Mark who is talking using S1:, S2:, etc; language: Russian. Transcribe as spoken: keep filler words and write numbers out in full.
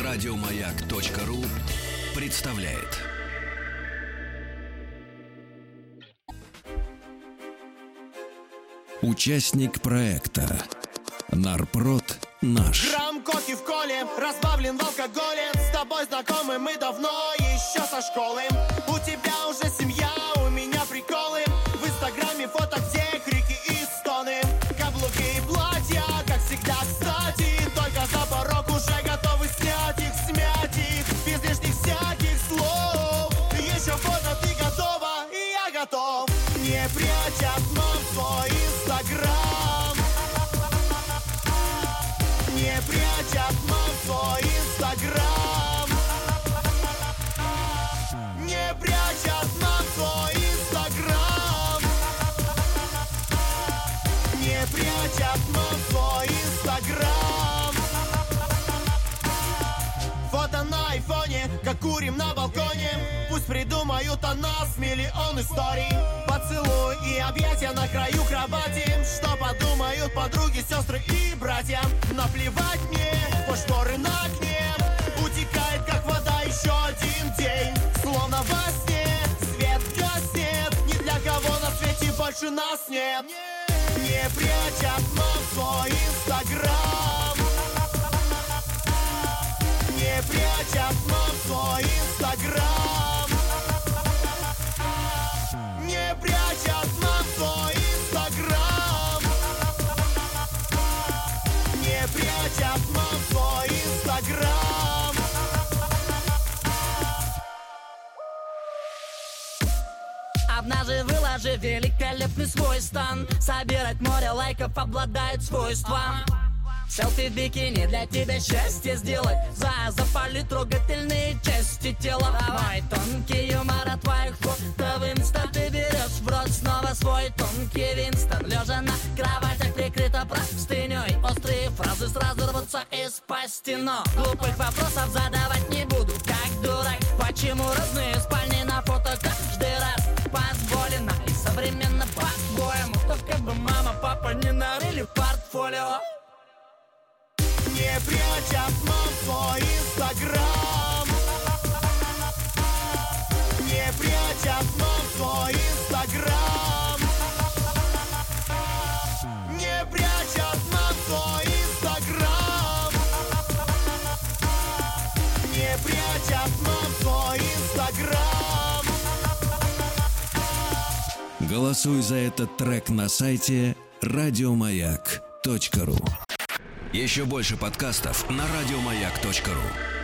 S1: Радиомаяк.ру представляет. Участник проекта Нарпрод наш.
S2: Грамм кофе в коле, разбавлен в алкоголе. С тобой знакомы мы давно, еще со школы. У тебя уже семья, у меня приколы. В инстаграме фото, где крики и стоны. Каблуки и платья, как всегда, кстати. Только за порог уже готовы снять их, смять их. Без лишних всяких слов. Еще фото, ты готова, и я готов. Не прячь от мам свой инстаграм. Не прячь от мам свой инстаграм. Не прячь от мам свой инстаграм. Не прячь от мам свой инстаграм. Фото на айфоне, как курим на балконе. Пусть придумают о нас миллион историй. Поцелуй и объятия на краю кровати. Что подумают подруги, сестры и братья. Наплевать мне, по шторы на окне. Утекает, как вода, еще один день. Словно во сне, свет гаснет. Ни для кого на свете больше нас нет. Не прячь от мам свой инстаграм. Не прячь от мам свой инстаграм. Не прячь от мам свой инстаграм. Не прячь от мам свой инстаграм.
S3: Однажды выложи великолепный свой стан. Собирать море лайков обладает свойством. Селфи в бикини для тебя счастье сделать. За, запали трогательные части тела. Мой тонкий юмор от твоих фото в инста. Ты берешь в рот снова свой тонкий Винстон. Лежа на кроватях, прикрыта простыней. Острые фразы сразу рвутся из пасти. Но глупых вопросов задавать не буду, как дурак. Почему разные спальни на фото каждый раз позволено и современно по-своему? Только бы мама, папа не нарыли портфолио.
S2: Не прячь от мам свой инстаграм. Не прячь от мам свой инстаграм. Не прячь от мам свой инстаграм. Не прячь от мам свой инстаграм.
S1: Голосуй за этот трек на сайте радиомаяк точка ру. Еще больше подкастов на радиомаяк точка ру.